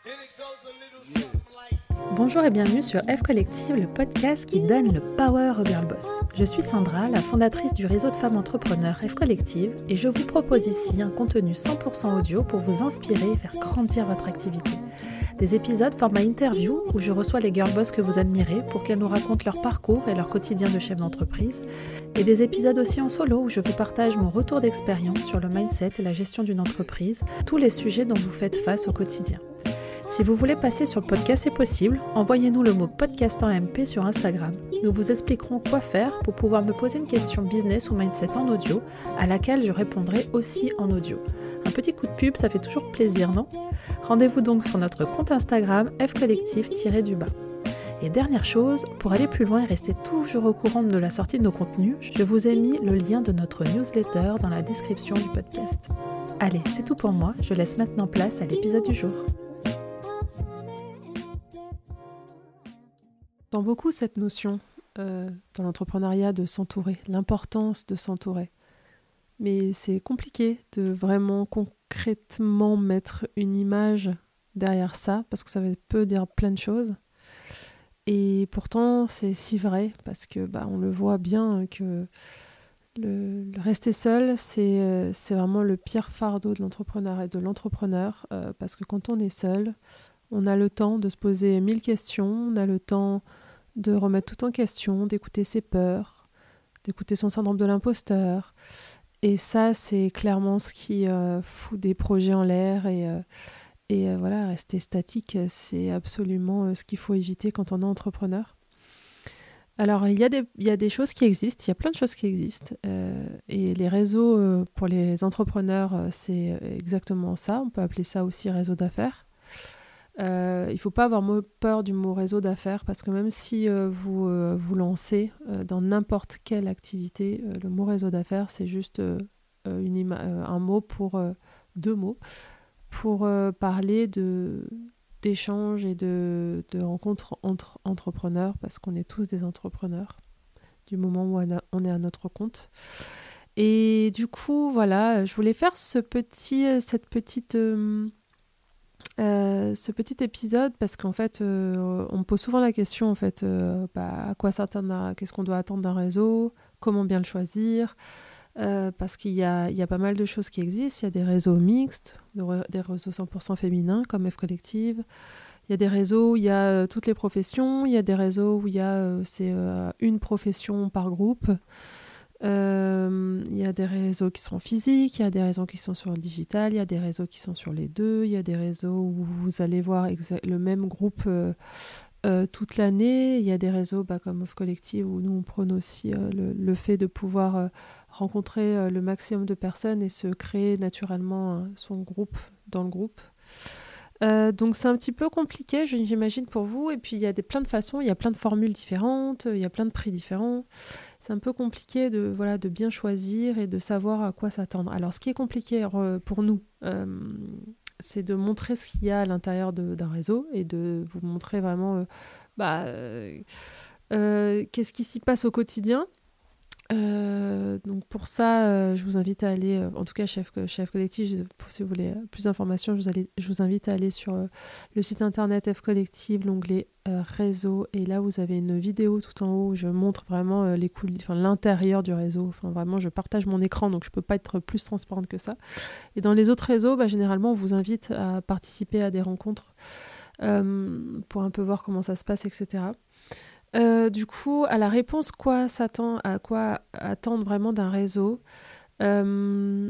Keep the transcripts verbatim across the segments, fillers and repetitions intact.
Bonjour et bienvenue sur F Collective, le podcast qui donne le power aux girl boss. Je suis Sandra, la fondatrice du réseau de femmes entrepreneurs F Collective, et je vous propose ici un contenu cent pour cent audio pour vous inspirer et faire grandir votre activité. Des épisodes format interview où je reçois les girl boss que vous admirez pour qu'elles nous racontent leur parcours et leur quotidien de chef d'entreprise, et des épisodes aussi en solo où je vous partage mon retour d'expérience sur le mindset et la gestion d'une entreprise, tous les sujets dont vous faites face au quotidien. Si vous voulez passer sur le podcast, c'est possible. Envoyez-nous le mot podcast en M P sur Instagram. Nous vous expliquerons quoi faire pour pouvoir me poser une question business ou mindset en audio, à laquelle je répondrai aussi en audio. Un petit coup de pub, ça fait toujours plaisir, non ? Rendez-vous donc sur notre compte Instagram F Collective-du-bas. Et dernière chose, pour aller plus loin et rester toujours au courant de la sortie de nos contenus, je vous ai mis le lien de notre newsletter dans la description du podcast. Allez, c'est tout pour moi. Je laisse maintenant place à l'épisode du jour. J'entends beaucoup cette notion euh, dans l'entrepreneuriat de s'entourer, l'importance de s'entourer. Mais c'est compliqué de vraiment concrètement mettre une image derrière ça, parce que ça peut dire plein de choses. Et pourtant, c'est si vrai, parce que bah, on le voit bien que le, le rester seul, c'est, euh, c'est vraiment le pire fardeau de l'entrepreneur et de l'entrepreneur, euh, parce que quand on est seul, on a le temps de se poser mille questions, on a le temps de remettre tout en question, d'écouter ses peurs, d'écouter son syndrome de l'imposteur. Et ça, c'est clairement ce qui euh, fout des projets en l'air. Et, euh, et euh, voilà, rester statique, c'est absolument euh, ce qu'il faut éviter quand on est entrepreneur. Alors, il y a des, il y a des choses qui existent, il y a plein de choses qui existent. Euh, et les réseaux, euh, pour les entrepreneurs, euh, c'est exactement ça. On peut appeler ça aussi réseau d'affaires. Euh, il ne faut pas avoir peur du mot réseau d'affaires parce que même si euh, vous euh, vous lancez euh, dans n'importe quelle activité, euh, le mot réseau d'affaires, c'est juste euh, une ima- euh, un mot pour euh, deux mots pour euh, parler de, d'échanges et de, de rencontres entre entrepreneurs parce qu'on est tous des entrepreneurs du moment où on, a, on est à notre compte. Et du coup, voilà, je voulais faire ce petit, cette petite... Euh, Euh, ce petit épisode parce qu'en fait euh, on me pose souvent la question en fait euh, bah, à quoi s'attendre, qu'est-ce qu'on doit attendre d'un réseau, comment bien le choisir, euh, parce qu'il y a, il y a pas mal de choses qui existent. Il y a des réseaux mixtes, des réseaux cent pour cent féminins comme F Collective, il y a des réseaux où il y a euh, toutes les professions, il y a des réseaux où il y a euh, c'est euh, une profession par groupe. Euh, il y a des réseaux qui sont physiques, il y a des réseaux qui sont sur le digital, il y a des réseaux qui sont sur les deux, il y a des réseaux où vous allez voir exa- le même groupe euh, euh, toute l'année, il y a des réseaux bah, comme Off Collective où nous on prône aussi euh, le, le fait de pouvoir euh, rencontrer euh, le maximum de personnes et se créer naturellement euh, son groupe dans le groupe. Euh, donc c'est un petit peu compliqué, j'imagine, pour vous. Et puis il y a des, plein de façons, il y a plein de formules différentes, il y a plein de prix différents. C'est un peu compliqué de, voilà, de bien choisir et de savoir à quoi s'attendre. Alors ce qui est compliqué euh, pour nous, euh, c'est de montrer ce qu'il y a à l'intérieur de, d'un réseau et de vous montrer vraiment euh, bah, euh, euh, qu'est-ce qui s'y passe au quotidien. Euh, donc pour ça, euh, je vous invite à aller, euh, en tout cas chef, chef collectif, pour, si vous voulez euh, plus d'informations, je vous, allez, je vous invite à aller sur euh, le site internet F Collective, l'onglet euh, réseau, et là vous avez une vidéo tout en haut où je montre vraiment euh, les coulisses, enfin, l'intérieur du réseau, enfin vraiment je partage mon écran donc je peux pas être plus transparente que ça. Et dans les autres réseaux, bah, généralement on vous invite à participer à des rencontres euh, pour un peu voir comment ça se passe, et cetera. Euh, du coup, à la réponse quoi s'attend, à quoi attendre vraiment d'un réseau, euh,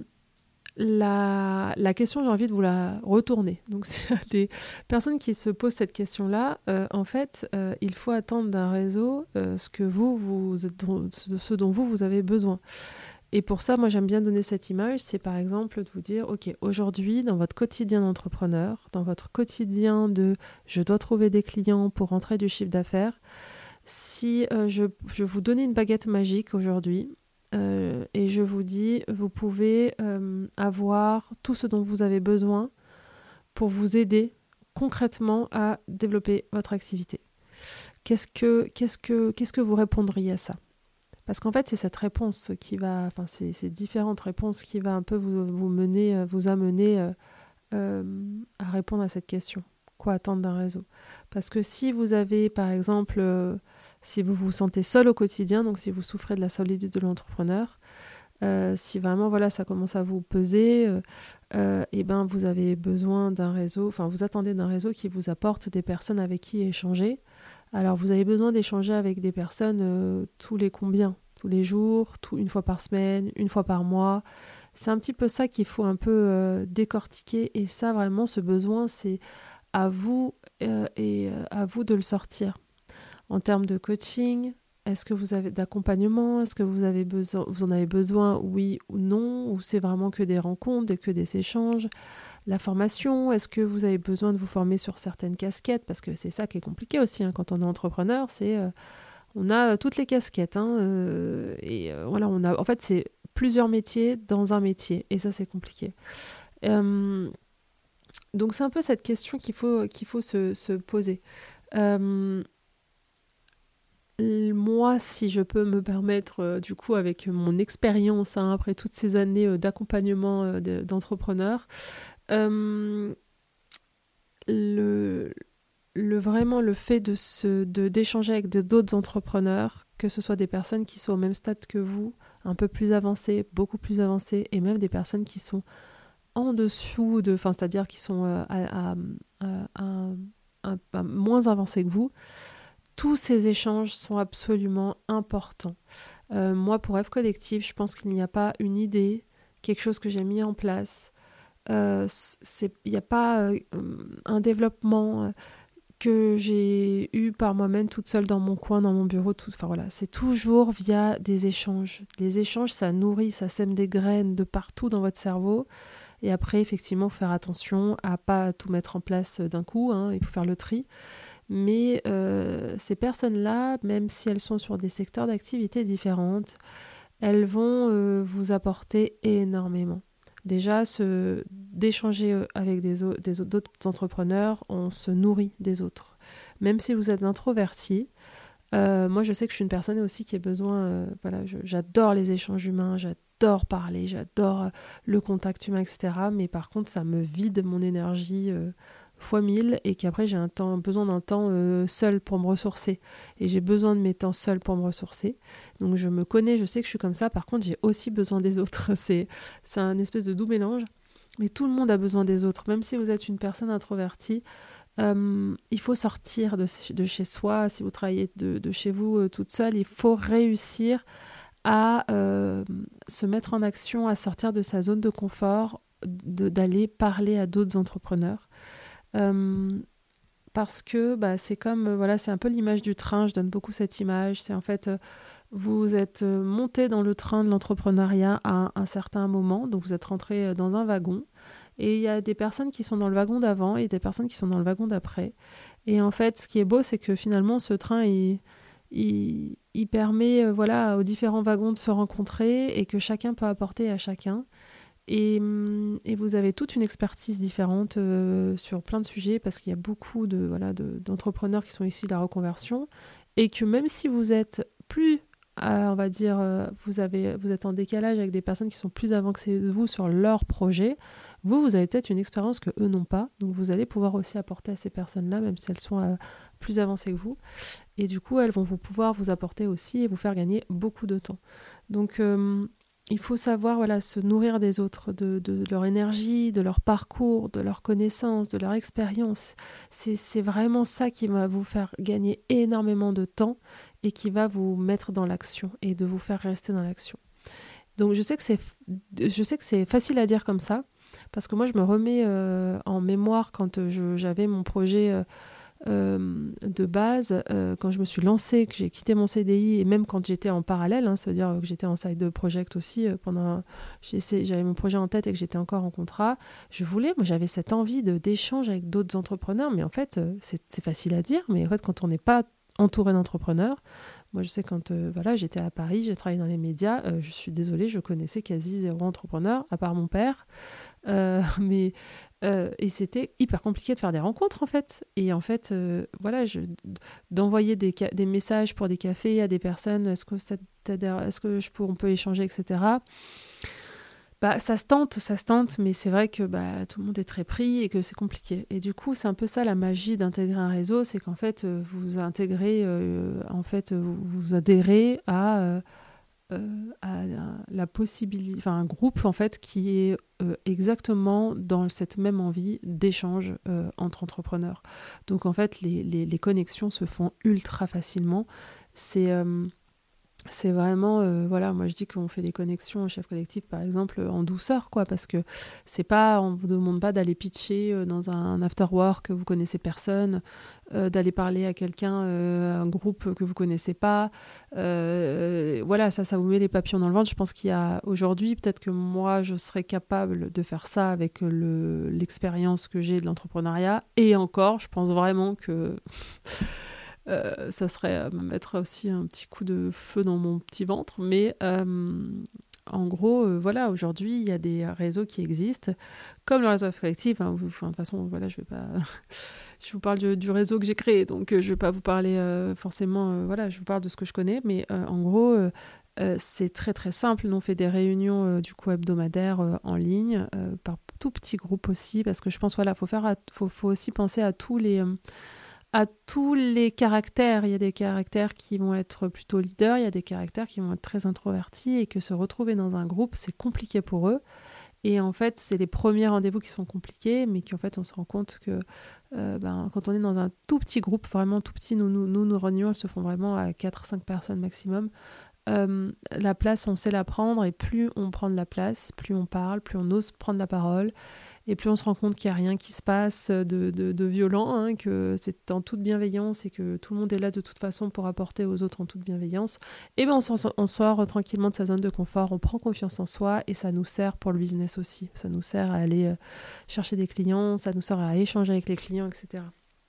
la, la question, j'ai envie de vous la retourner. Donc, c'est à des personnes qui se posent cette question-là. Euh, en fait, euh, il faut attendre d'un réseau euh, ce que vous, vous êtes, ce dont vous, vous avez besoin. Et pour ça, moi, j'aime bien donner cette image. C'est par exemple de vous dire, OK, aujourd'hui, dans votre quotidien d'entrepreneur, dans votre quotidien de « je dois trouver des clients pour rentrer du chiffre d'affaires », si euh, je, je vous donnais une baguette magique aujourd'hui euh, et je vous dis, vous pouvez euh, avoir tout ce dont vous avez besoin pour vous aider concrètement à développer votre activité. Qu'est-ce que, qu'est-ce que, qu'est-ce que vous répondriez à ça ? Parce qu'en fait, c'est cette réponse qui va, enfin, c'est ces différentes réponses qui va un peu vous, vous mener, vous amener euh, euh, à répondre à cette question. quoi attendre d'un réseau. Parce que si vous avez, par exemple, euh, si vous vous sentez seul au quotidien, donc si vous souffrez de la solitude de l'entrepreneur, euh, si vraiment voilà, ça commence à vous peser, euh, euh, et ben, vous avez besoin d'un réseau, enfin vous attendez d'un réseau qui vous apporte des personnes avec qui échanger. Alors vous avez besoin d'échanger avec des personnes euh, tous les combien? Tous les jours, tout, une fois par semaine, une fois par mois. C'est un petit peu ça qu'il faut un peu euh, décortiquer. Et ça, vraiment, ce besoin, c'est à vous euh, et euh, à vous de le sortir. En termes de coaching, est-ce que vous avez d'accompagnement? Est-ce que vous avez besoin, vous en avez besoin, oui ou non? Ou c'est vraiment que des rencontres et que des échanges? La formation, est-ce que vous avez besoin de vous former sur certaines casquettes? Parce que c'est ça qui est compliqué aussi hein, quand on est entrepreneur, c'est euh, on a euh, toutes les casquettes. Hein, euh, et euh, voilà, on a, en fait, c'est plusieurs métiers dans un métier. Et ça, c'est compliqué. Euh, donc, c'est un peu cette question qu'il faut, qu'il faut se, se poser. Euh, moi, si je peux me permettre, euh, du coup, avec mon expérience, hein, après toutes ces années euh, d'accompagnement euh, de, d'entrepreneurs, euh, le, le, vraiment le fait de se, de, d'échanger avec de, d'autres entrepreneurs, que ce soit des personnes qui sont au même stade que vous, un peu plus avancées, beaucoup plus avancées, et même des personnes qui sont en dessous, de, enfin, c'est-à-dire qui sont euh, à, à, à, à, à, à moins avancées que vous, tous ces échanges sont absolument importants. Euh, moi, pour F Collective, je pense qu'il n'y a pas une idée, quelque chose que j'ai mis en place. Euh, il n'y a pas euh, un développement euh, que j'ai eu par moi-même toute seule dans mon coin, dans mon bureau. Tout, enfin voilà, c'est toujours via des échanges. Les échanges, ça nourrit, ça sème des graines de partout dans votre cerveau. Et après, effectivement, faire attention à pas tout mettre en place d'un coup. Hein, il faut faire le tri. Mais euh, ces personnes-là, même si elles sont sur des secteurs d'activité différentes, elles vont euh, vous apporter énormément. Déjà, ce, d'échanger avec des, au, des d'autres entrepreneurs, on se nourrit des autres. Même si vous êtes introverti, euh, moi je sais que je suis une personne aussi qui a besoin, euh, voilà, je, j'adore les échanges humains, j'adore parler, j'adore euh, le contact humain, et cetera. Mais par contre, ça me vide mon énergie euh, fois mille et qu'après j'ai un temps, besoin d'un temps euh, seul pour me ressourcer. Et j'ai besoin de mes temps seuls pour me ressourcer. Donc je me connais, je sais que je suis comme ça. Par contre, j'ai aussi besoin des autres. C'est, c'est un espèce de doux mélange. Mais tout le monde a besoin des autres. Même si vous êtes une personne introvertie, euh, il faut sortir de, de chez soi. Si vous travaillez de, de chez vous euh, toute seule, il faut réussir à euh, se mettre en action, à sortir de sa zone de confort, de, d'aller parler à d'autres entrepreneurs. Euh, parce que bah, c'est comme, euh, voilà, c'est un peu l'image du train, je donne beaucoup cette image, c'est en fait, euh, vous êtes euh, monté dans le train de l'entrepreneuriat à un, un certain moment, donc vous êtes rentré euh, dans un wagon, et il y a des personnes qui sont dans le wagon d'avant et des personnes qui sont dans le wagon d'après. Et en fait, ce qui est beau, c'est que finalement, ce train, il, il, il permet euh, voilà, aux différents wagons de se rencontrer et que chacun peut apporter à chacun. Et, et vous avez toute une expertise différente euh, sur plein de sujets parce qu'il y a beaucoup de, voilà, de, d'entrepreneurs qui sont issus de la reconversion et que même si vous êtes plus, euh, on va dire, euh, vous, avez, vous êtes en décalage avec des personnes qui sont plus avancées que vous sur leur projet, vous, vous avez peut-être une expérience que eux n'ont pas. Donc vous allez pouvoir aussi apporter à ces personnes-là, même si elles sont euh, plus avancées que vous. Et du coup, elles vont vous pouvoir vous apporter aussi et vous faire gagner beaucoup de temps. Donc... Euh, il faut savoir voilà, se nourrir des autres, de, de, de leur énergie, de leur parcours, de leurs connaissances, de leur expérience. C'est, c'est vraiment ça qui va vous faire gagner énormément de temps et qui va vous mettre dans l'action et de vous faire rester dans l'action. Donc je sais que c'est, je sais que c'est facile à dire comme ça, parce que moi je me remets euh, en mémoire quand je, j'avais mon projet... Euh, Euh, de base, euh, quand je me suis lancée, que j'ai quitté mon C D I, et même quand j'étais en parallèle, hein, ça veut dire que j'étais en side project aussi, euh, pendant, j'ai essayé, j'avais mon projet en tête et que j'étais encore en contrat, je voulais, moi j'avais cette envie de, d'échange avec d'autres entrepreneurs, mais en fait, euh, c'est, c'est facile à dire, mais en fait, quand on n'est pas entouré d'entrepreneurs, moi je sais quand euh, voilà, j'étais à Paris, j'ai travaillé dans les médias, euh, je suis désolée, je connaissais quasi zéro entrepreneur, à part mon père, euh, mais euh, et c'était hyper compliqué de faire des rencontres en fait. Et en fait, euh, voilà, je, d'envoyer des, ca- des messages pour des cafés à des personnes, est-ce que ça t'aide, est-ce que je peux, on peut échanger, et cetera. Bah, ça se tente, ça se tente, mais c'est vrai que bah, tout le monde est très pris et que c'est compliqué. Et du coup, c'est un peu ça la magie d'intégrer un réseau, c'est qu'en fait, euh, vous intégrez, euh, en fait, euh, vous, vous adhérez à, euh, euh, à, à la possibilité, enfin un groupe en fait qui est euh, exactement dans cette même envie d'échange euh, entre entrepreneurs. Donc en fait, les, les, les connexions se font ultra facilement. C'est euh, c'est vraiment, euh, voilà, moi je dis qu'on fait des connexions au chef collectif, par exemple, en douceur, quoi, parce que c'est pas, on vous demande pas d'aller pitcher euh, dans un after work que vous connaissez personne, euh, d'aller parler à quelqu'un, euh, un groupe que vous connaissez pas. Euh, voilà, ça, ça vous met les papillons dans le ventre. Je pense qu'il y a aujourd'hui, peut-être que moi, je serais capable de faire ça avec le, l'expérience que j'ai de l'entrepreneuriat. Et encore, je pense vraiment que euh, ça serait à me mettre aussi un petit coup de feu dans mon petit ventre. Mais euh, en gros, euh, voilà, aujourd'hui, il y a des réseaux qui existent, comme le réseau collectif. Hein, vous- enfin, de toute façon, voilà, je vais pas. Je vous parle du, du réseau que j'ai créé, donc euh, je vais pas vous parler euh, forcément. Euh, voilà, je vous parle de ce que je connais, mais euh, en gros, euh, euh, c'est très très simple. Nous, on fait des réunions euh, du coup hebdomadaires euh, en ligne, euh, par tout petits groupes aussi, parce que je pense voilà, faut faire, à- faut, faut aussi penser à tous les euh, à tous les caractères. Il y a des caractères qui vont être plutôt leaders, il y a des caractères qui vont être très introvertis et que se retrouver dans un groupe, c'est compliqué pour eux. Et en fait, c'est les premiers rendez-vous qui sont compliqués, mais qu'en fait, on se rend compte que euh, ben, quand on est dans un tout petit groupe, vraiment tout petit, nous, nous, nous nos réunions, elles se font vraiment à quatre cinq personnes maximum. Euh, la place, on sait la prendre, et plus on prend de la place, plus on parle, plus on ose prendre la parole, et plus on se rend compte qu'il n'y a rien qui se passe de, de, de violent, hein, que c'est en toute bienveillance et que tout le monde est là de toute façon pour apporter aux autres en toute bienveillance. Et bien on, on sort tranquillement de sa zone de confort, on prend confiance en soi et ça nous sert pour le business aussi. Ça nous sert à aller euh, chercher des clients, ça nous sert à échanger avec les clients, et cetera.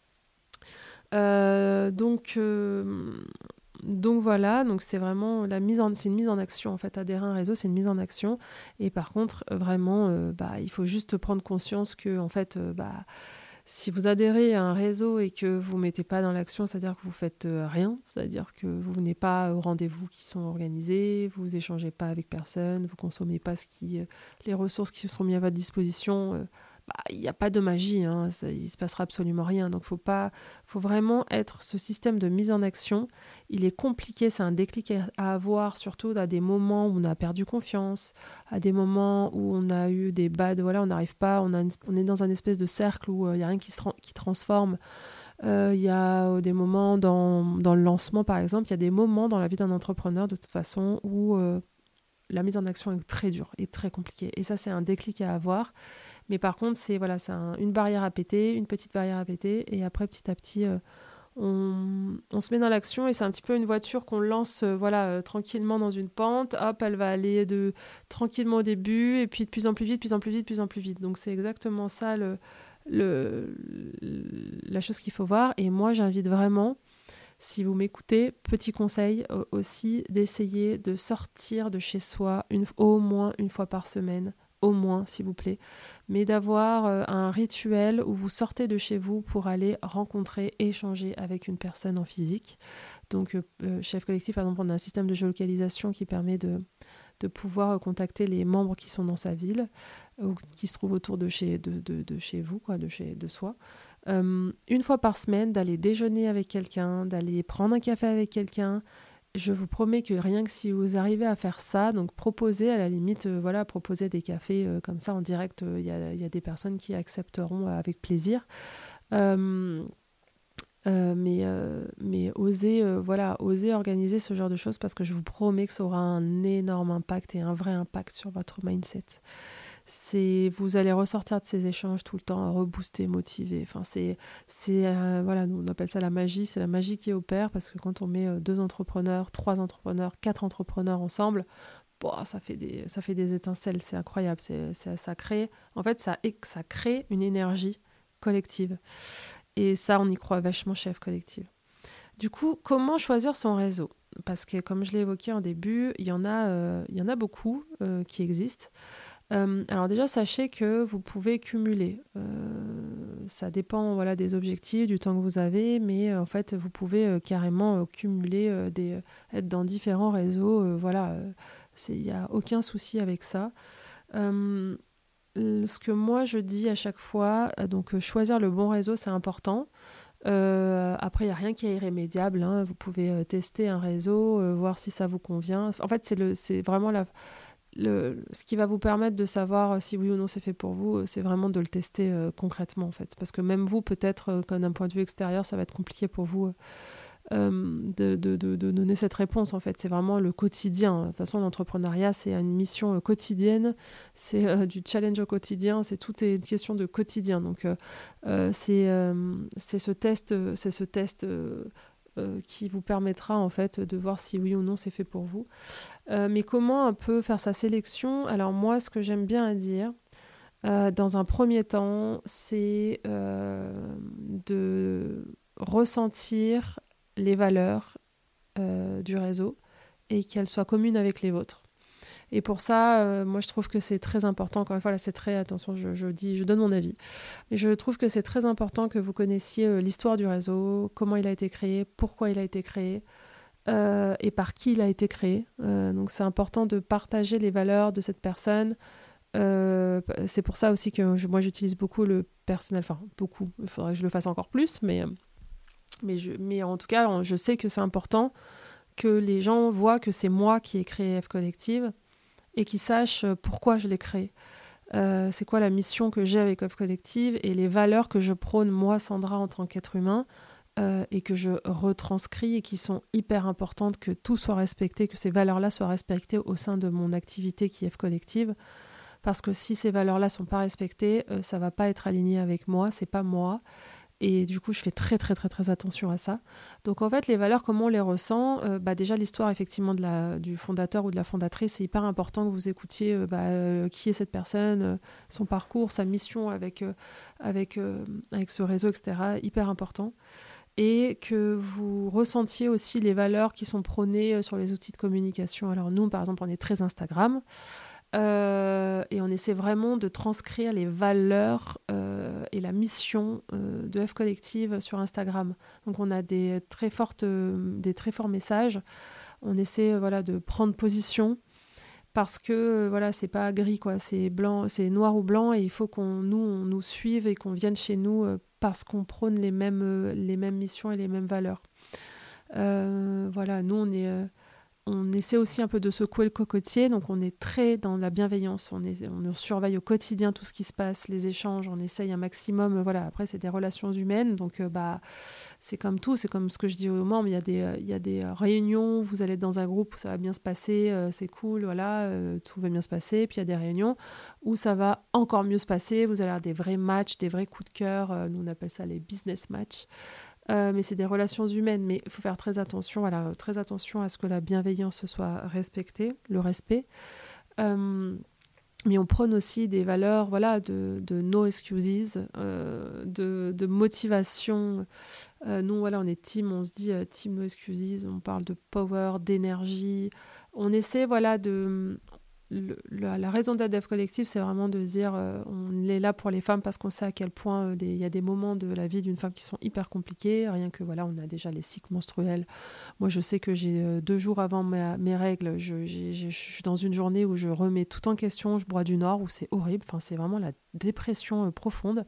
Euh, donc, euh, donc voilà, donc c'est vraiment la mise en, c'est une mise en action en fait. Adhérer à un réseau, c'est une mise en action. Et par contre, vraiment, euh, bah, il faut juste prendre conscience que en fait, euh, bah, si vous adhérez à un réseau et que vous ne mettez pas dans l'action, c'est-à-dire que vous faites euh, rien, c'est-à-dire que vous venez pas aux rendez-vous qui sont organisés, vous échangez pas avec personne, vous consommez pas ce qui, euh, les ressources qui seront mises à votre disposition. euh, bah, il n'y a pas de magie, hein, ça, il se passera absolument rien. Donc, faut pas, faut vraiment être ce système de mise en action. Il est compliqué, c'est un déclic à avoir, surtout à des moments où on a perdu confiance, à des moments où on a eu des bad, voilà, on n'arrive pas, on, a une- on est dans un espèce de cercle où il n'y a rien qui se tra- qui transforme. Euh, Il y a euh, des moments dans, dans le lancement, par exemple, il y a des moments dans la vie d'un entrepreneur, de toute façon, où euh, la mise en action est très dure et très compliquée. Et ça, c'est un déclic à avoir. Mais par contre, c'est voilà, c'est un- une barrière à péter, une petite barrière à péter, et après, petit à petit, euh, on, on se met dans l'action, et c'est un petit peu une voiture qu'on lance euh, voilà, euh, tranquillement dans une pente. Hop, elle va aller de, tranquillement au début, et puis de plus en plus vite, de plus en plus vite, de plus en plus vite. Donc c'est exactement ça le, le, la chose qu'il faut voir. Et moi, j'invite vraiment, si vous m'écoutez, petit conseil euh, aussi, d'essayer de sortir de chez soi une, au moins une fois par semaine, au moins, s'il vous plaît, mais d'avoir euh, un rituel où vous sortez de chez vous pour aller rencontrer, échanger avec une personne en physique. Donc, euh, euh, chef collectif, par exemple, on a un système de géolocalisation qui permet de, de pouvoir contacter les membres qui sont dans sa ville ou qui se trouvent autour de chez, de, de, de chez vous, quoi, de, chez, de soi. Euh, une fois par semaine, d'aller déjeuner avec quelqu'un, d'aller prendre un café avec quelqu'un. Je vous promets que rien que si vous arrivez à faire ça, donc proposer à la limite, euh, voilà, proposer des cafés euh, comme ça en direct, il y, a, y a des personnes qui accepteront euh, avec plaisir. Euh, euh, mais, euh, mais oser, euh, voilà, oser organiser ce genre de choses parce que je vous promets que ça aura un énorme impact et un vrai impact sur votre mindset. C'est, vous allez ressortir de ces échanges tout le temps reboosté, motivé. Enfin, c'est, c'est euh, voilà, nous on appelle ça la magie. C'est la magie qui opère parce que quand on met euh, deux entrepreneurs, trois entrepreneurs, quatre entrepreneurs ensemble, bon, ça fait des, ça fait des étincelles. C'est incroyable. C'est, c'est, ça crée, en fait, ça, ça crée une énergie collective. Et ça, on y croit vachement, chef collective. Du coup, comment choisir son réseau? Parce que comme je l'ai évoqué en début, il y en a, euh, il y en a beaucoup euh, qui existent. Euh, alors déjà, sachez que vous pouvez cumuler. Euh, ça dépend voilà, des objectifs, du temps que vous avez, mais euh, en fait, vous pouvez euh, carrément euh, cumuler, euh, des, être dans différents réseaux. Euh, voilà, il n'y a aucun souci avec ça. Euh, ce que moi je dis à chaque fois, euh, donc euh, choisir le bon réseau, c'est important. Euh, après, il n'y a rien qui est irrémédiable, hein. Vous pouvez euh, tester un réseau, euh, voir si ça vous convient. En fait, c'est, le, c'est vraiment la, le, ce qui va vous permettre de savoir euh, si oui ou non c'est fait pour vous. Euh, c'est vraiment de le tester euh, concrètement, en fait. Parce que même vous, peut-être, euh, comme d'un point de vue extérieur, ça va être compliqué pour vous euh, de, de, de, de donner cette réponse, en fait. C'est vraiment le quotidien. De toute façon, l'entrepreneuriat, c'est une mission euh, quotidienne. C'est euh, du challenge au quotidien. C'est tout est une question de quotidien. Donc, euh, euh, c'est, euh, c'est ce test, euh, c'est ce test euh, euh, qui vous permettra, en fait, de voir si oui ou non c'est fait pour vous. Euh, mais comment un peu faire sa sélection? Alors moi, ce que j'aime bien à dire, euh, dans un premier temps, c'est euh, de ressentir les valeurs euh, du réseau et qu'elles soient communes avec les vôtres. Et pour ça, euh, moi, je trouve que c'est très important. Encore une fois, là, c'est très attention. Je, je dis, je donne mon avis, mais je trouve que c'est très important que vous connaissiez euh, l'histoire du réseau, comment il a été créé, pourquoi il a été créé, euh, et par qui il a été créé. Euh, donc c'est important de partager les valeurs de cette personne. Euh, c'est pour ça aussi que je, moi j'utilise beaucoup le personnel, enfin beaucoup, il faudrait que je le fasse encore plus, mais, mais, je, mais en tout cas je sais que c'est important que les gens voient que c'est moi qui ai créé F Collective et qu'ils sachent pourquoi je l'ai créé. Euh, c'est quoi la mission que j'ai avec F Collective et les valeurs que je prône moi Sandra en tant qu'être humain. Euh, et que je retranscris et qui sont hyper importantes, que tout soit respecté, que ces valeurs-là soient respectées au sein de mon activité qui est F Collective. Parce que si ces valeurs-là ne sont pas respectées, euh, ça ne va pas être aligné avec moi, c'est pas moi. Et du coup, je fais très, très, très, très attention à ça. Donc, en fait, les valeurs, comment on les ressent euh, bah, déjà, l'histoire, effectivement, de la, du fondateur ou de la fondatrice, c'est hyper important que vous écoutiez euh, bah, euh, qui est cette personne, euh, son parcours, sa mission avec, euh, avec, euh, avec ce réseau, et cetera. Hyper important. Et que vous ressentiez aussi les valeurs qui sont prônées sur les outils de communication. Alors nous, par exemple, on est très Instagram, euh, et on essaie vraiment de transcrire les valeurs euh, et la mission euh, de F Collective sur Instagram. Donc on a des très, fortes, euh, des très forts messages. On essaie euh, voilà, de prendre position parce que euh, voilà, c'est pas gris, quoi, c'est blanc, c'est noir ou blanc, et il faut qu'on nous, on nous suive et qu'on vienne chez nous euh, parce qu'on prône les mêmes, euh, les mêmes missions et les mêmes valeurs. Euh, voilà, nous, on est, euh, on essaie aussi un peu de secouer le cocotier, donc on est très dans la bienveillance, on, est, on surveille au quotidien tout ce qui se passe, les échanges, on essaye un maximum, voilà, après c'est des relations humaines, donc euh, bah, c'est comme tout, c'est comme ce que je dis aux membres, il y a des, il y a des réunions, vous allez être dans un groupe où ça va bien se passer, euh, c'est cool, voilà, euh, tout va bien se passer, puis il y a des réunions où ça va encore mieux se passer, vous allez avoir des vrais matchs, des vrais coups de cœur, euh, nous on appelle ça les business matchs. Euh, mais c'est des relations humaines, mais il faut faire très attention, voilà, très attention à ce que la bienveillance soit respectée, le respect. Euh, mais on prône aussi des valeurs, voilà, de, de no excuses, euh, de, de motivation. Euh, nous, voilà, on est team, on se dit euh, team no excuses, on parle de power, d'énergie. On essaie, voilà, de... Le, la, la raison d'être d'F Collective, c'est vraiment de se dire euh, on est là pour les femmes parce qu'on sait à quel point il euh, y a des moments de la vie d'une femme qui sont hyper compliqués. Rien que, voilà, on a déjà les cycles menstruels. Moi, je sais que j'ai euh, deux jours avant ma, mes règles, je, j'ai, je suis dans une journée où je remets tout en question, je broie du nord, où c'est horrible. Enfin, c'est vraiment la dépression euh, profonde.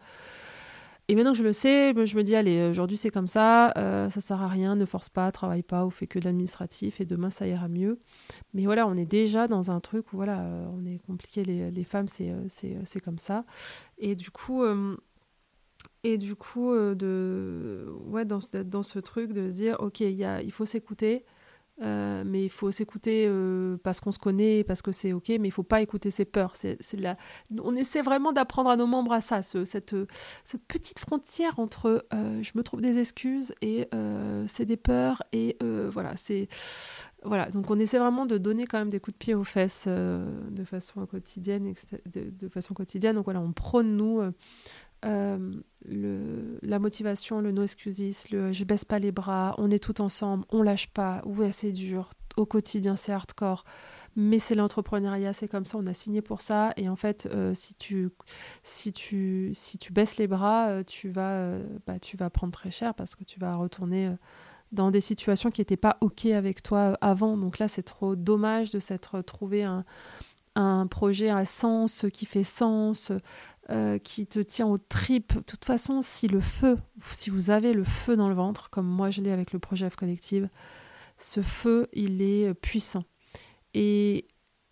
Et maintenant que je le sais, je me dis, allez, aujourd'hui c'est comme ça, euh, ça sert à rien, ne force pas, travaille pas, ou fais que de l'administratif, et demain ça ira mieux. Mais voilà, on est déjà dans un truc où voilà, euh, on est compliqué, les, les femmes, c'est, euh, c'est, euh, c'est comme ça. Et du coup, euh, et du coup euh, de, ouais, dans, ce- dans ce truc de se dire, ok, il y a, il faut s'écouter, euh, mais il faut s'écouter euh, parce qu'on se connaît, parce que c'est ok, mais il faut pas écouter ses peurs. C'est, c'est la... On essaie vraiment d'apprendre à nos membres à ça, ce, cette, cette petite frontière entre euh, je me trouve des excuses et euh, c'est des peurs, et euh, voilà, c'est... Voilà, donc on essaie vraiment de donner quand même des coups de pied aux fesses euh, de façon quotidienne, et cetera, de, de façon quotidienne. Donc voilà, on prône, nous, euh, euh, le, la motivation, le no excuses, le je baisse pas les bras, on est tout ensemble, on lâche pas, ouais c'est dur, au quotidien c'est hardcore, mais c'est l'entrepreneuriat, c'est comme ça, on a signé pour ça, et en fait euh, si, tu, si, tu, si tu baisses les bras, euh, tu, vas, euh, bah, tu vas prendre très cher parce que tu vas retourner euh, dans des situations qui n'étaient pas ok avec toi euh, avant, donc là c'est trop dommage de s'être trouvé un un projet à sens, qui fait sens, euh, qui te tient aux tripes. De toute façon, si le feu, si vous avez le feu dans le ventre, comme moi je l'ai avec le projet F Collective, ce feu, il est puissant. Et,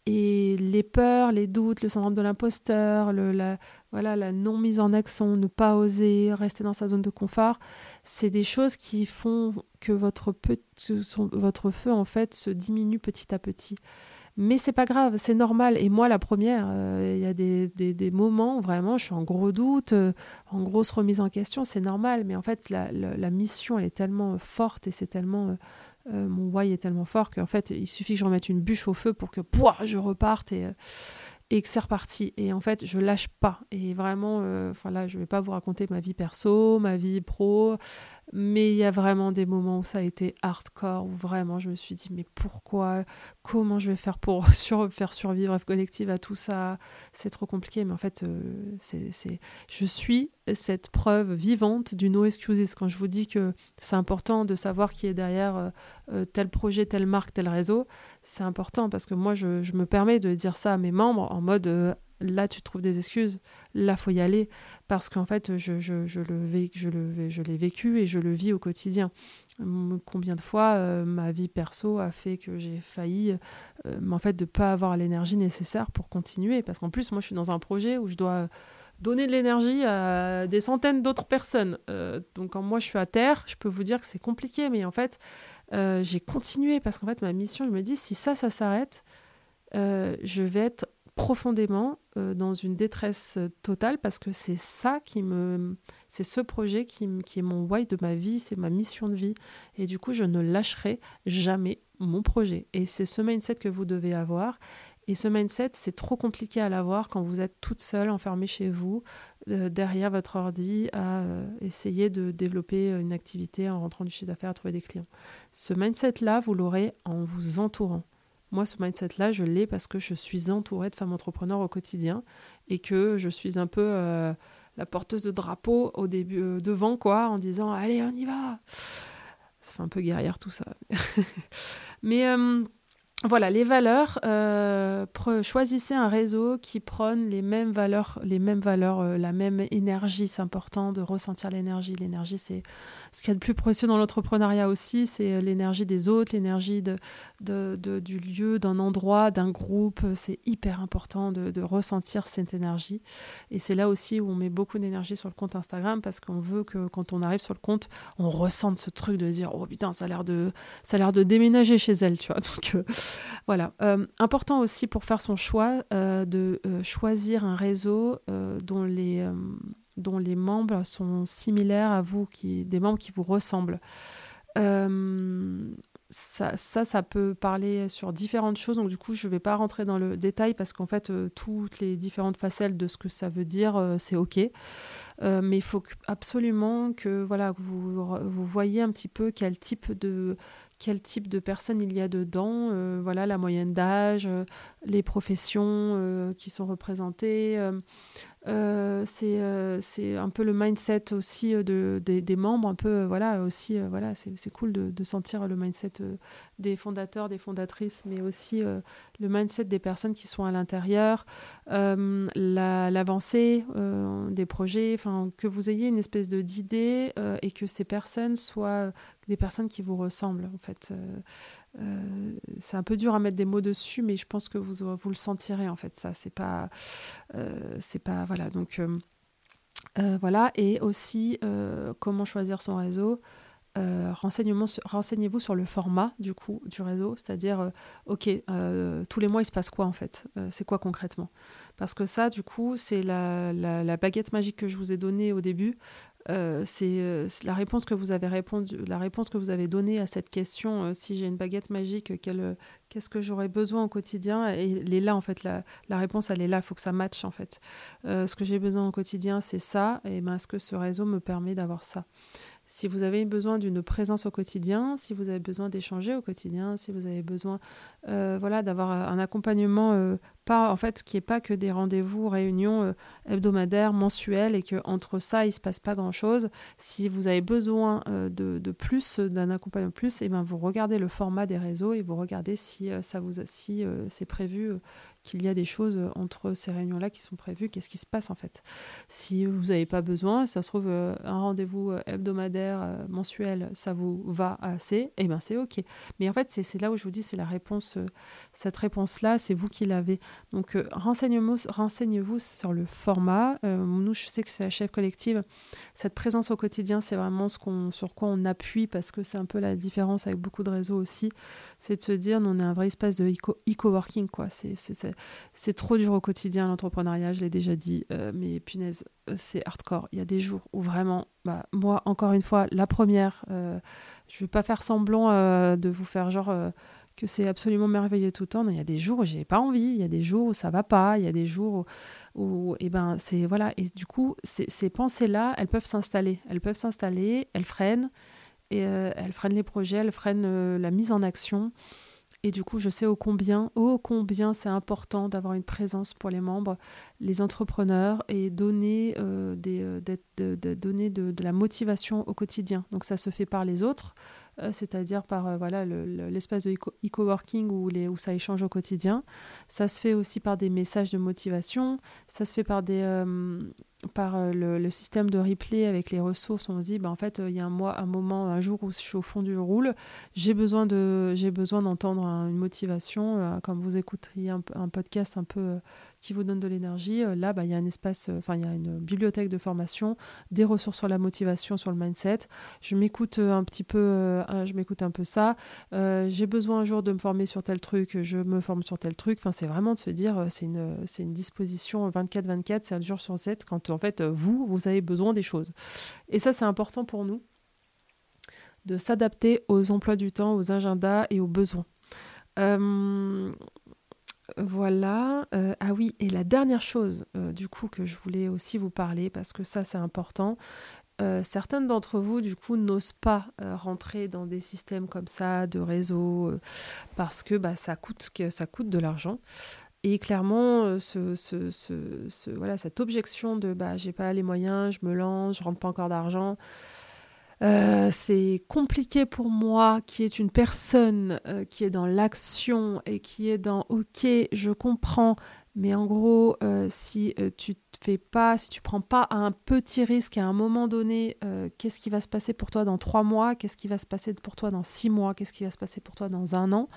et les peurs, les doutes, le syndrome de l'imposteur, le, la, voilà, la non-mise en action, ne pas oser, rester dans sa zone de confort, c'est des choses qui font que votre, petit, votre feu, en fait, se diminue petit à petit. Mais c'est pas grave, c'est normal. Et moi, la première, il euh, y a des, des, des moments où vraiment je suis en gros doute, euh, en grosse remise en question, c'est normal. Mais en fait, la, la, la mission, elle est tellement forte et c'est tellement... Euh, euh, mon why est tellement fort qu'en fait, il suffit que je remette une bûche au feu pour que pouah, je reparte et... Euh, et que c'est reparti. Et en fait, je lâche pas. Et vraiment, euh, enfin là, je vais pas vous raconter ma vie perso, ma vie pro, mais il y a vraiment des moments où ça a été hardcore, où vraiment je me suis dit, mais pourquoi, comment je vais faire pour sur, faire survivre F Collective à tout ça? C'est trop compliqué, mais en fait, euh, c'est, c'est, je suis cette preuve vivante du no excuses. Quand je vous dis que c'est important de savoir qui est derrière euh, euh, tel projet, telle marque, tel réseau, c'est important parce que moi, je, je me permets de dire ça à mes membres en mode... Euh, là, tu trouves des excuses, là, faut y aller, parce qu'en fait, je, je, je, le, vé, je, le, je l'ai vécu et je le vis au quotidien. Combien de fois euh, ma vie perso a fait que j'ai failli, euh, en fait, de ne pas avoir l'énergie nécessaire pour continuer, parce qu'en plus, moi, je suis dans un projet où je dois donner de l'énergie à des centaines d'autres personnes. Euh, donc, quand moi, je suis à terre, je peux vous dire que c'est compliqué, mais en fait, euh, j'ai continué, parce qu'en fait, ma mission, je me dis, si ça, ça s'arrête, euh, je vais être profondément euh, dans une détresse totale parce que c'est ça qui me... C'est ce projet qui, qui est mon why de ma vie, c'est ma mission de vie. Et du coup, je ne lâcherai jamais mon projet. Et c'est ce mindset que vous devez avoir. Et ce mindset, c'est trop compliqué à l'avoir quand vous êtes toute seule, enfermée chez vous, euh, derrière votre ordi, à euh, essayer de développer une activité en rentrant du chiffre d'affaires, à trouver des clients. Ce mindset-là, vous l'aurez en vous entourant. Moi, ce mindset-là, je l'ai parce que je suis entourée de femmes entrepreneurs au quotidien et que je suis un peu euh, la porteuse de drapeau au début, euh, devant, quoi, en disant « Allez, on y va !» Ça fait un peu guerrière tout ça. Mais euh, voilà, les valeurs, euh, pre- choisissez un réseau qui prône les mêmes valeurs, les mêmes valeurs euh, la même énergie. C'est important de ressentir l'énergie. L'énergie, c'est ce qu'il y a de plus précieux dans l'entrepreneuriat aussi, c'est l'énergie des autres, l'énergie de, de, de, du lieu, d'un endroit, d'un groupe. C'est hyper important de, de ressentir cette énergie. Et c'est là aussi où on met beaucoup d'énergie sur le compte Instagram parce qu'on veut que quand on arrive sur le compte, on ressente ce truc de dire « Oh putain, ça a l'air de, ça a l'air de déménager chez elle. » tu vois. Donc, euh, voilà. Euh, important aussi pour faire son choix euh, de euh, choisir un réseau euh, dont les... Euh, dont les membres sont similaires à vous, qui, des membres qui vous ressemblent. Euh, ça, ça, ça peut parler sur différentes choses, donc du coup, je ne vais pas rentrer dans le détail parce qu'en fait, euh, toutes les différentes facettes de ce que ça veut dire, euh, c'est OK. Euh, mais il faut que, absolument que voilà, vous, vous voyez un petit peu quel type de, quel type de personnes il y a dedans, euh, voilà, la moyenne d'âge, euh, les professions euh, qui sont représentées. Euh, Euh, c'est, euh, c'est un peu le mindset aussi euh, de, de, des membres, un peu, euh, voilà, aussi, euh, voilà, c'est, c'est cool de, de sentir le mindset euh, des fondateurs, des fondatrices, mais aussi euh, le mindset des personnes qui sont à l'intérieur, euh, la, l'avancée euh, des projets, enfin, que vous ayez une espèce de, d'idée euh, et que ces personnes soient des personnes qui vous ressemblent, en fait. Euh, euh, c'est un peu dur à mettre des mots dessus, mais je pense que vous, vous le sentirez, en fait, ça, c'est pas... Euh, c'est pas voilà donc euh, euh, voilà et aussi euh, comment choisir son réseau. Euh, renseignez-vous sur le format du coup du réseau, c'est-à-dire euh, ok euh, tous les mois il se passe quoi en fait, euh, c'est quoi concrètement, parce que ça du coup c'est la, la, la baguette magique que je vous ai donnée au début. Euh, c'est, euh, c'est la réponse que vous avez répondu, la réponse que vous avez donnée à cette question, euh, si j'ai une baguette magique, quelle, euh, qu'est-ce que j'aurais besoin au quotidien, et elle est là en fait, la, la réponse elle est là, il faut que ça matche en fait. Euh, ce que j'ai besoin au quotidien c'est ça, et ben, est-ce que ce réseau me permet d'avoir ça? Si vous avez besoin d'une présence au quotidien, si vous avez besoin d'échanger au quotidien, si vous avez besoin euh, voilà, d'avoir un accompagnement euh, pas, en fait, qu'il n'y ait pas que des rendez-vous, réunions euh, hebdomadaires, mensuelles, et qu'entre ça, il ne se passe pas grand-chose. Si vous avez besoin euh, de, de plus, d'un accompagnement plus, eh ben, vous regardez le format des réseaux et vous regardez si, euh, ça vous, si euh, c'est prévu, euh, qu'il y a des choses entre ces réunions-là qui sont prévues, qu'est-ce qui se passe en fait. Si vous n'avez pas besoin, ça se trouve, euh, un rendez-vous euh, hebdomadaire, euh, mensuel, ça vous va assez, eh ben c'est OK. Mais en fait, c'est, c'est là où je vous dis, c'est la réponse, euh, cette réponse-là, c'est vous qui l'avez. Donc, euh, renseignez-vous, renseignez-vous sur le format. Euh, nous, je sais que c'est la chef collective. Cette présence au quotidien, c'est vraiment ce qu'on, sur quoi on appuie, parce que c'est un peu la différence avec beaucoup de réseaux aussi. C'est de se dire, nous, on est un vrai espace de e-co- e-coworking, quoi. C'est, c'est, c'est, c'est trop dur au quotidien, l'entrepreneuriat, je l'ai déjà dit. Euh, mais punaise, euh, c'est hardcore. Il y a des jours où vraiment, bah, moi, encore une fois, la première, euh, je ne vais pas faire semblant euh, de vous faire genre... euh, que c'est absolument merveilleux tout le temps. Non, il y a des jours où j'ai pas envie, il y a des jours où ça va pas, il y a des jours où, où et ben c'est voilà. Et du coup, ces, ces pensées-là, elles peuvent s'installer, elles peuvent s'installer, elles freinent et euh, elles freinent les projets, elles freinent euh, la mise en action. Et du coup, je sais ô combien, ô combien c'est important d'avoir une présence pour les membres, les entrepreneurs, et donner, euh, des, euh, d'être- de, de- donner de, de la motivation au quotidien. Donc ça se fait par les autres, euh, c'est-à-dire par euh, voilà, le- le- l'espace de eco- e-coworking où, les, où ça échange au quotidien. Ça se fait aussi par des messages de motivation. Ça se fait par, des, euh, par euh, le, le système de replay avec les ressources. On se dit, bah, en fait, euh, il y a un, mois, un moment, un jour où je suis au fond du roule. J'ai besoin, de, j'ai besoin d'entendre un- une motivation, euh, comme vous écouteriez un, un podcast un peu euh, qui vous donne de l'énergie. Euh, là, bah, il y a un espace, enfin, euh, il y a une bibliothèque de formation, des ressources sur la motivation, sur le mindset. Je m'écoute euh, un petit peu, euh, je m'écoute un peu ça. Euh, j'ai besoin un jour de me former sur tel truc, je me forme sur tel truc. Enfin, c'est vraiment de se dire, euh, c'est une, c'est une disposition vingt-quatre vingt-quatre, c'est un jour sur sept, quand en fait, euh, vous, vous avez besoin des choses. Et ça, c'est important pour nous, de s'adapter aux emplois du temps, aux agendas et aux besoins. Euh, voilà. Euh, ah oui, et la dernière chose, euh, du coup, que je voulais aussi vous parler, parce que ça, c'est important. Euh, certaines d'entre vous, du coup, n'osent pas euh, rentrer dans des systèmes comme ça, de réseau, euh, parce que bah, ça coûte, que ça coûte de l'argent. Et clairement, euh, ce, ce, ce, ce- voilà, cette objection de bah, j'ai pas les moyens, je me lance, je rentre pas encore d'argent. Euh, c'est compliqué pour moi, qui est une personne euh, qui est dans l'action et qui est dans OK, je comprends, mais en gros, euh, si euh, tu te fais pas, si tu prends pas un petit risque à un moment donné, euh, qu'est-ce qui va se passer pour toi dans trois mois? Qu'est-ce qui va se passer pour toi dans six mois? Qu'est-ce qui va se passer pour toi dans un an?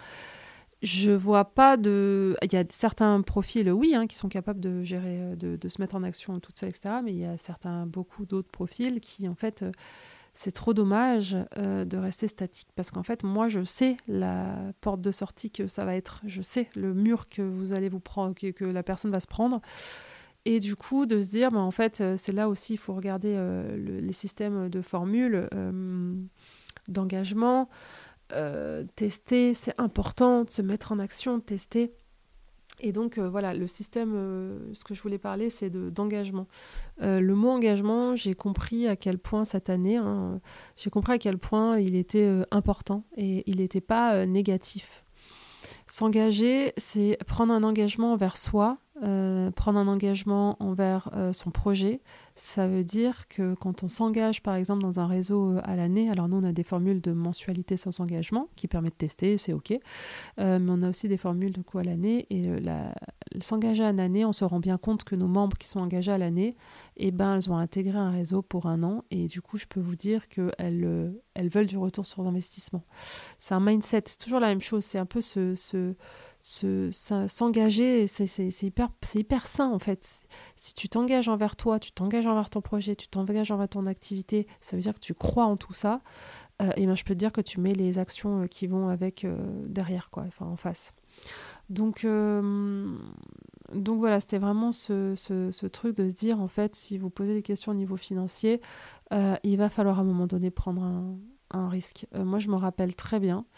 Je vois pas de. Il y a certains profils, oui, hein, qui sont capables de gérer, euh, de, de se mettre en action toute seule, et cetera. Mais il y a certains, beaucoup d'autres profils qui, en fait, euh, c'est trop dommage euh, de rester statique, parce qu'en fait, moi, je sais la porte de sortie que ça va être, je sais le mur que vous allez vous prendre, que, que la personne va se prendre, et du coup, de se dire, bah, en fait, euh, c'est là aussi, il faut regarder euh, le- les systèmes de formules, euh, d'engagement, euh, tester, c'est important de se mettre en action, de tester. Et donc, euh, voilà, le système, euh, ce que je voulais parler, c'est de, d'engagement. Euh, le mot engagement, j'ai compris à quel point cette année, hein, j'ai compris à quel point il était euh, important, et il n'était pas euh, négatif. S'engager, c'est prendre un engagement envers soi, euh, prendre un engagement envers euh, son projet. Ça veut dire que quand on s'engage, par exemple, dans un réseau euh, à l'année, alors nous, on a des formules de mensualité sans engagement qui permettent de tester, c'est OK. Euh, mais on a aussi des formules de coup à l'année. Et euh, la, s'engager à l'année, on se rend bien compte que nos membres qui sont engagés à l'année, eh ben, elles ont intégré un réseau pour un an. Et du coup, je peux vous dire qu'elles euh, elles veulent du retour sur investissement. C'est un mindset, c'est toujours la même chose. C'est un peu se, se, se, se- s'engager, c'est, c'est, c'est, hyper, c'est hyper sain en fait. Si tu t'engages envers toi, tu t'engages envers ton projet, tu t'engages envers ton activité, ça veut dire que tu crois en tout ça. Euh, et ben, je peux te dire que tu mets les actions euh, qui vont avec euh, derrière, quoi, enfin en face. Donc, euh, donc voilà, c'était vraiment ce, ce, ce truc de se dire, en fait, si vous posez des questions au niveau financier, euh, il va falloir à un moment donné prendre un, un risque. Euh, moi, je me rappelle très bien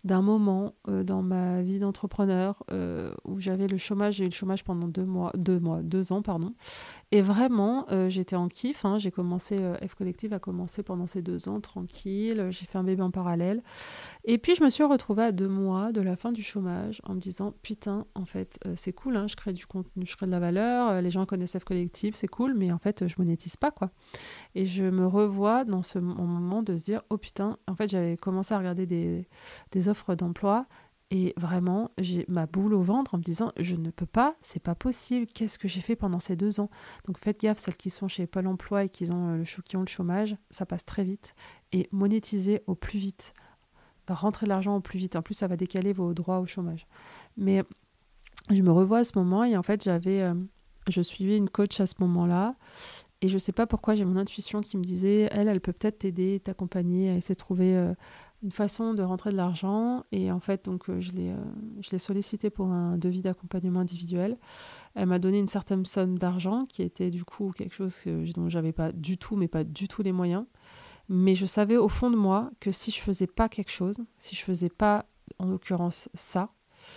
d'un moment euh, dans ma vie d'entrepreneur euh, où j'avais le chômage. J'ai eu le chômage pendant deux mois, deux mois, deux ans, pardon. Et vraiment, euh, j'étais en kiff. Hein. J'ai commencé, euh, F Collective a commencé pendant ces deux ans, tranquille. J'ai fait un bébé en parallèle. Et puis, je me suis retrouvée à deux mois de la fin du chômage en me disant, putain, en fait, euh, c'est cool, hein, je crée du contenu, je crée de la valeur, euh, les gens connaissent F Collective, c'est cool, mais en fait, je monétise pas, quoi. Et je me revois dans ce moment de se dire, oh putain, en fait, j'avais commencé à regarder des, des offres d'emploi et vraiment, j'ai ma boule au ventre en me disant, je ne peux pas, c'est pas possible, qu'est-ce que j'ai fait pendant ces deux ans? Donc faites gaffe, celles qui sont chez Pôle emploi et qui ont, euh, le, ch- qui ont le chômage, ça passe très vite. Et monétisez au plus vite, rentrer de l'argent au plus vite. En plus, ça va décaler vos droits au chômage. Mais je me revois à ce moment et en fait, j'avais, euh, je suivais une coach à ce moment-là. Et je sais pas pourquoi, j'ai mon intuition qui me disait, elle, elle peut peut-être t'aider, t'accompagner à essayer de trouver euh, une façon de rentrer de l'argent. Et en fait, donc, euh, je l'ai, euh, je l'ai sollicité pour un devis d'accompagnement individuel. Elle m'a donné une certaine somme d'argent qui était du coup quelque chose que, dont j'avais pas du tout, mais pas du tout les moyens. Mais je savais au fond de moi que si je faisais pas quelque chose, si je faisais pas, en l'occurrence, ça,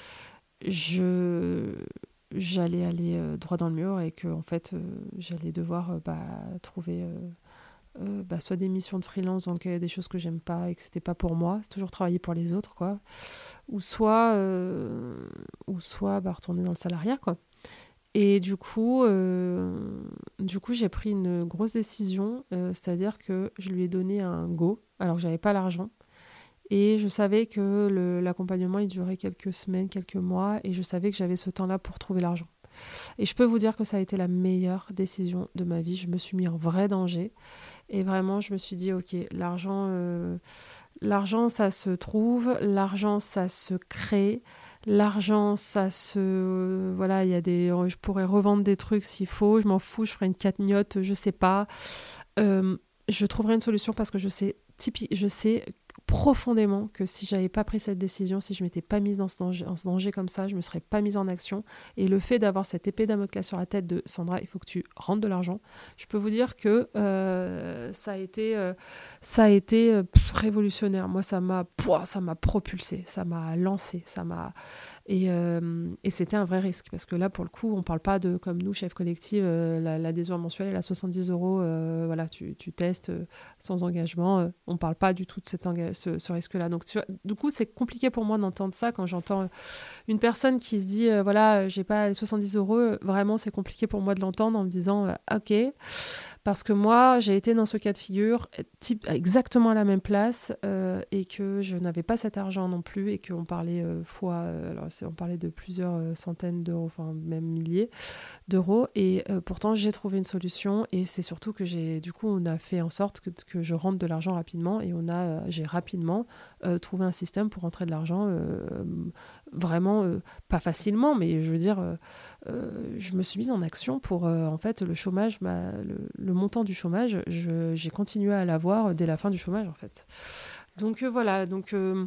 je j'allais aller euh, droit dans le mur et que en fait euh, j'allais devoir euh, bah, trouver euh, euh, bah, soit des missions de freelance donc euh, des choses que j'aime pas et que c'était pas pour moi, c'est toujours travailler pour les autres quoi, ou soit euh, ou soit bah, retourner dans le salariat quoi. Et du coup euh, du coup j'ai pris une grosse décision, euh, c'est-à-dire que je lui ai donné un go alors que j'avais pas l'argent. Et je savais que le- l'accompagnement, il durait quelques semaines, quelques mois, et je savais que j'avais ce temps-là pour trouver l'argent. Et je peux vous dire que ça a été la meilleure décision de ma vie. Je me suis mis en vrai danger. Et vraiment, je me suis dit, OK, l'argent, euh, l'argent, ça se trouve, l'argent, ça se crée, l'argent, ça se... Voilà, il y a des... Je pourrais revendre des trucs s'il faut, je m'en fous, je ferai une cagnotte, je sais pas. Euh, je trouverai une solution parce que je sais, typi- je sais profondément que si j'avais pas pris cette décision, si je m'étais pas mise dans ce danger, en ce danger comme ça, je me serais pas mise en action. Et le fait d'avoir cette épée Damoclès sur la tête de Sandra, il faut que tu rentres de l'argent. Je peux vous dire que euh, ça a été, euh, ça a été euh, pff, révolutionnaire. Moi, ça m'a, pouah, ça m'a propulsé, ça m'a lancé, ça m'a et, euh, et c'était un vrai risque parce que là, pour le coup, on parle pas de comme nous, chef collectif, euh, la- l'adhésion mensuelle elle est à soixante-dix euros. Euh, voilà, tu, tu testes euh, sans engagement. Euh, on parle pas du tout de cet enga- ce, ce risque-là. Donc, tu vois, du coup, c'est compliqué pour moi d'entendre ça quand j'entends une personne qui se dit, euh, voilà, j'ai pas les soixante-dix euros. euh, Vraiment, c'est compliqué pour moi de l'entendre en me disant, euh, ok. Parce que moi, j'ai été dans ce cas de figure, type, exactement à la même place, euh, et que je n'avais pas cet argent non plus, et qu'on parlait euh, fois, euh, alors c'est- on parlait de plusieurs euh, centaines d'euros, enfin même milliers d'euros, et euh, pourtant j'ai trouvé une solution, et c'est surtout que j'ai, du coup, on a fait en sorte que, que je rentre de l'argent rapidement, et on a, euh, j'ai rapidement euh, trouvé un système pour rentrer de l'argent, euh, vraiment euh, pas facilement, mais je veux dire. Euh, euh, je me suis mise en action pour, euh, en fait, le chômage, ma- le, le montant du chômage, je- j'ai continué à l'avoir dès la fin du chômage, en fait. Donc euh, voilà, donc euh,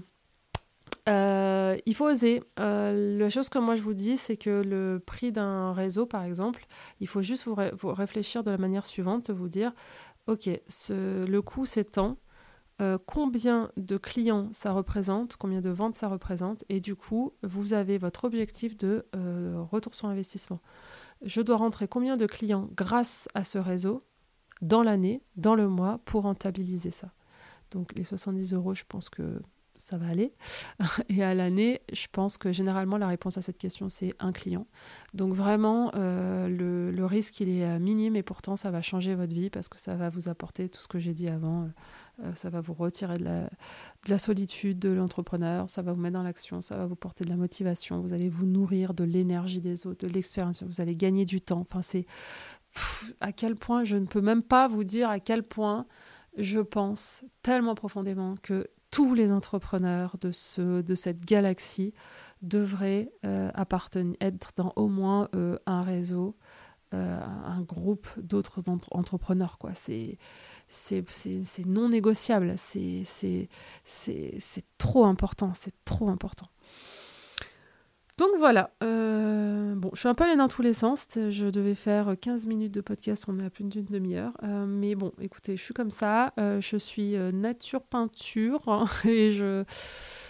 euh, il faut oser. Euh, la chose que moi je vous dis, c'est que le prix d'un réseau, par exemple, il faut juste vous, ré- vous réfléchir de la manière suivante, vous dire, ok, ce, le coût c'est tant. Euh, combien de clients ça représente, combien de ventes ça représente, et du coup, vous avez votre objectif de euh, retour sur investissement. Je dois rentrer combien de clients grâce à ce réseau dans l'année, dans le mois, pour rentabiliser ça. Donc les soixante-dix euros, je pense que ça va aller. Et à l'année, je pense que généralement, la réponse à cette question, c'est un client. Donc vraiment, euh, le, le risque, il est minime et pourtant, ça va changer votre vie parce que ça va vous apporter tout ce que j'ai dit avant. Euh, ça va vous retirer de la, de la solitude de l'entrepreneur, ça va vous mettre dans l'action, ça va vous porter de la motivation, vous allez vous nourrir de l'énergie des autres, de l'expérience, vous allez gagner du temps. Enfin, c'est pff, à quel point, je ne peux même pas vous dire à quel point je pense tellement profondément que tous les entrepreneurs de, ce, de cette galaxie devraient euh, appartenir, être dans au moins euh, un réseau, euh, un groupe d'autres entre- entrepreneurs. Quoi. C'est, c'est, c'est, c'est non négociable, c'est, c'est, c'est, c'est trop important, c'est trop important. Donc voilà, euh, bon, je suis un peu allée dans tous les sens, je devais faire quinze minutes de podcast, on est à plus d'une demi-heure, euh, mais bon, écoutez, je suis comme ça, euh, je suis euh, nature peinture, et je,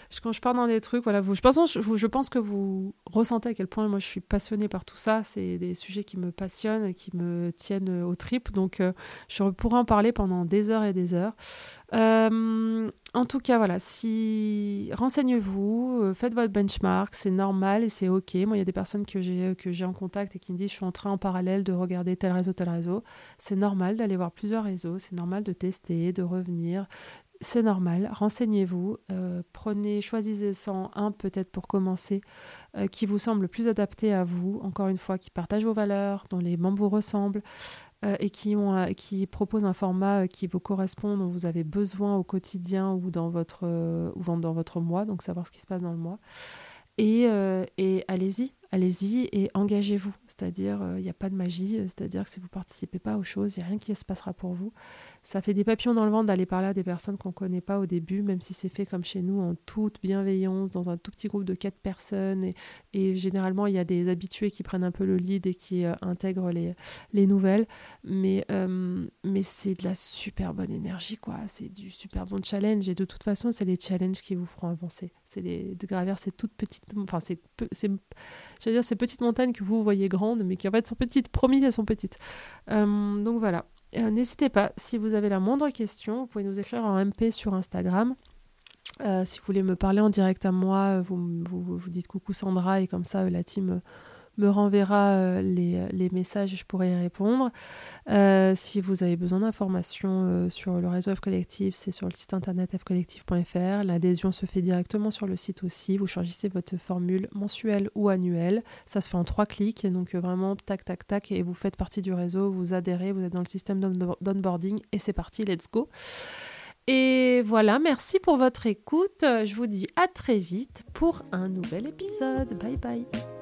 quand je pars dans des trucs, voilà, vous, je, pense, je, je pense que vous ressentez à quel point moi je suis passionnée par tout ça. C'est des sujets qui me passionnent, qui me tiennent aux tripes. Donc, euh, je pourrais en parler pendant des heures et des heures. Euh, en tout cas, voilà, si renseignez-vous, euh, faites votre benchmark, c'est normal et c'est ok. Moi, il y a des personnes que j'ai que j'ai en contact et qui me disent je suis en train en parallèle de regarder tel réseau, tel réseau. C'est normal d'aller voir plusieurs réseaux, c'est normal de tester, de revenir. C'est normal, renseignez-vous, euh, prenez, choisissez-en un peut-être pour commencer, euh, qui vous semble le plus adapté à vous, encore une fois, qui partage vos valeurs, dont les membres vous ressemblent, euh, et qui, ont, euh, qui propose un format euh, qui vous correspond, dont vous avez besoin au quotidien ou dans votre, euh, ou dans votre mois, donc savoir ce qui se passe dans le mois. Et, euh, et allez-y, allez-y et engagez-vous. C'est-à-dire, il euh, n'y a pas de magie. C'est-à-dire que si vous ne participez pas aux choses, il n'y a rien qui se passera pour vous. Ça fait des papillons dans le ventre d'aller parler à des personnes qu'on ne connaît pas au début, même si c'est fait comme chez nous, en toute bienveillance, dans un tout petit groupe de quatre personnes. Et, et généralement, il y a des habitués qui prennent un peu le lead et qui euh, intègrent les, les nouvelles. Mais, euh, mais c'est de la super bonne énergie, quoi. C'est du super bon challenge. Et de toute façon, c'est les challenges qui vous feront avancer. C'est les, de gravir ces toutes petites... Enfin, c'est, c'est, j'allais dire ces petites montagnes que vous voyez grandes, mais qui en fait sont petites. Promis, elles sont petites. Euh, donc voilà. Euh, n'hésitez pas, si vous avez la moindre question, vous pouvez nous écrire en M P sur Instagram. Euh, si vous voulez me parler en direct à moi, vous, vous, vous dites coucou Sandra et comme ça, euh, la team me renverra euh, les, les messages et je pourrai y répondre. Euh, si vous avez besoin d'informations euh, sur le réseau F Collectif, c'est sur le site internet f collectif point f r. L'adhésion se fait directement sur le site aussi. Vous choisissez votre formule mensuelle ou annuelle. Ça se fait en trois clics. Et donc euh, vraiment, tac, tac, tac. Et vous faites partie du réseau, vous adhérez, vous êtes dans le système d'onboarding et c'est parti, let's go. Et voilà, merci pour votre écoute. Je vous dis à très vite pour un nouvel épisode. Bye bye.